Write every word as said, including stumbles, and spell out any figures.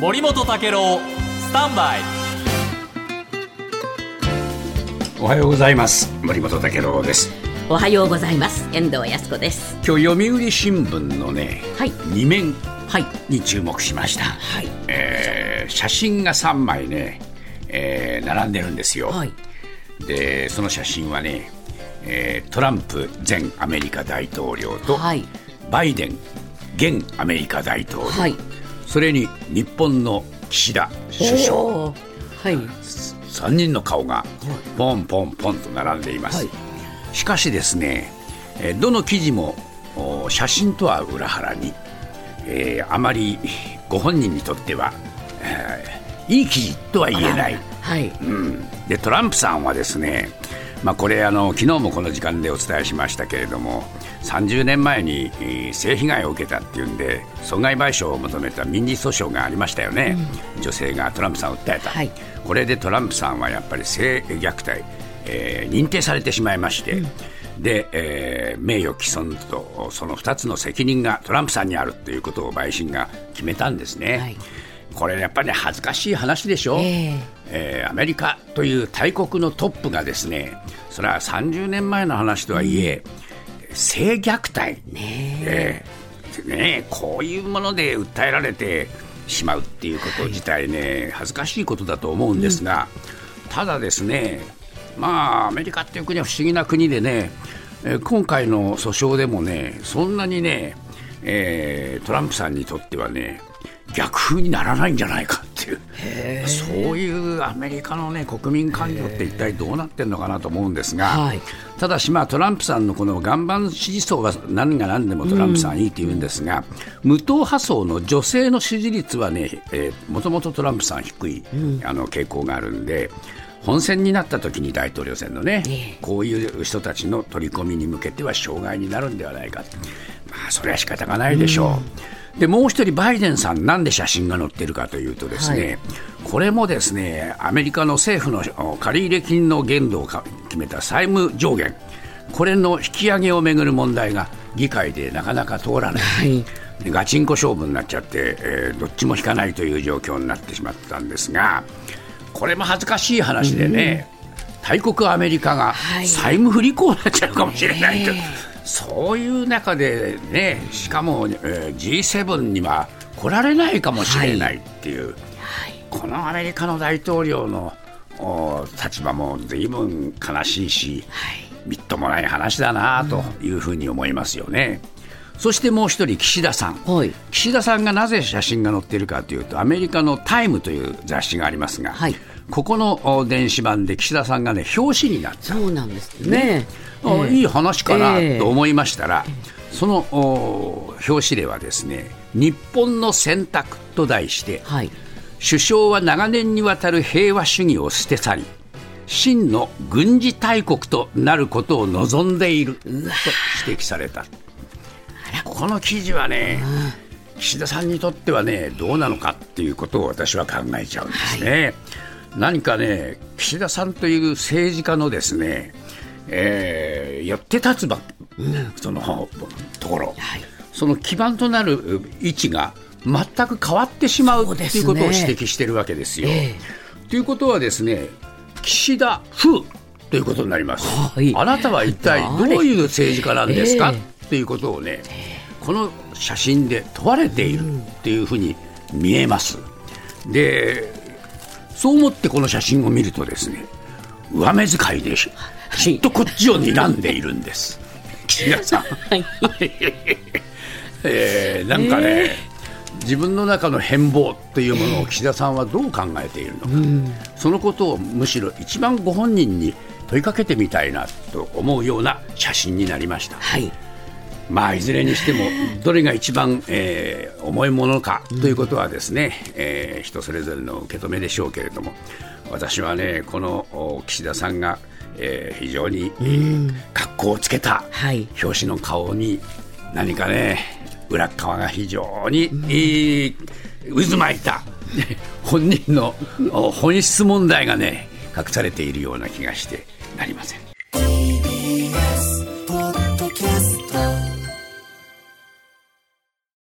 森本武郎スタンバイ。 おはようございます。森本武郎です。 おはようございます。遠藤康子です。 今日読売新聞のね、はい、に面に注目しました、はいえー、写真がさんまいね、えー、並んでるんですよ、はい、でその写真はね、えー、トランプ前アメリカ大統領と、はい、バイデン現アメリカ大統領、はい、それに日本の岸田首相、はい、さんにんの顔がポンポンポンと並んでいます、はい、しかしですね、どの記事も写真とは裏腹に、えー、あまりご本人にとっては、えー、いい記事とは言えない、はいうん、でトランプさんはですね、まあ、これあの昨日もこの時間でお伝えしましたけれども、さんじゅうねんまえに性被害を受けたっていうんで損害賠償を求めた民事訴訟がありましたよね、うん、女性がトランプさんを訴えた、はい、これでトランプさんはやっぱり性虐待、えー、認定されてしまいまして、うんで、えー、名誉毀損とそのふたつの責任がトランプさんにあるということを陪審が決めたんですね、はい、これやっぱり、ね、恥ずかしい話でしょ、えーえー、アメリカという大国のトップがですね、それはさんじゅうねんまえの話とはいえ、うん、性虐待、ねえーね、こういうもので訴えられてしまうっていうこと自体ね、恥ずかしいことだと思うんですが、うん、ただですね、まあ、アメリカっていう国は不思議な国でね、えー、今回の訴訟でもね、そんなにね、えー、トランプさんにとってはね、逆風にならないんじゃないかっていう、そういうアメリカの、ね、国民感情って一体どうなってるのかなと思うんですが、はい、ただし、まあ、トランプさんのこの岩盤支持層は何が何でもトランプさんいいと言うんですが、うん、無党派層の女性の支持率はね、えー、もともとトランプさん低い、うん、あの傾向があるんで、本選になった時に大統領選のね、えー、こういう人たちの取り込みに向けては障害になるんではないか、まあ、それは仕方がないでしょう、うん、でもう一人バイデンさん、なんで写真が載ってるかというとですね、はい、これもですね、アメリカの政府の借入金の限度を決めた債務上限、これの引き上げをめぐる問題が議会でなかなか通らない、はい、でガチンコ勝負になっちゃって、えー、どっちも引かないという状況になってしまったんですが、これも恥ずかしい話でね、うん、大国アメリカが債務不履行になっちゃうかもしれないと、はい、そういう中でね、しかも、えー、ジーセブン には来られないかもしれないっていう、はいはい、このアメリカの大統領の立場も随分悲しいし、はい、みっともない話だなというふうに思いますよね、うん、そしてもう一人岸田さん、はい、岸田さんがなぜ写真が載っているかというと、アメリカのタイムという雑誌がありますが、はい、ここの電子版で岸田さんがね、表紙になった。 そうなんですね、ね、 えー、いい話かなと思いましたら、えー、その表紙ではですね、日本の選択と題して、はい、首相は長年にわたる平和主義を捨て去り、真の軍事大国となることを望んでいると指摘された。この記事はね、岸田さんにとってはね、どうなのかっていうことを私は考えちゃうんですね、はい、何かね、岸田さんという政治家のですね、えー、よって立つ場、うん、そのところ、はい、その基盤となる位置が全く変わってしまうということを指摘しているわけですよ。えー、ということはですね、岸田風ということになります、はい、あなたは一体どういう政治家なんですか、えー、ということをね、この写真で問われているというふうに見えます。で、そう思ってこの写真を見るとですね、上目遣いできっとこっちを睨んでいるんです、岸田さん、はいえー、なんかね、えー、自分の中の変貌というものを岸田さんはどう考えているのか、うん、そのことをむしろ一番ご本人に問いかけてみたいなと思うような写真になりました、はい、まあ、いずれにしてもどれが一番、えー、重いものかということはですね、うんえー、人それぞれの受け止めでしょうけれども、私はね、この岸田さんが、えー、非常に、えー、格好をつけた表紙の顔に何かね、裏側が非常に、うんえー、渦巻いた本人の本質問題がね、隠されているような気がしてなりません。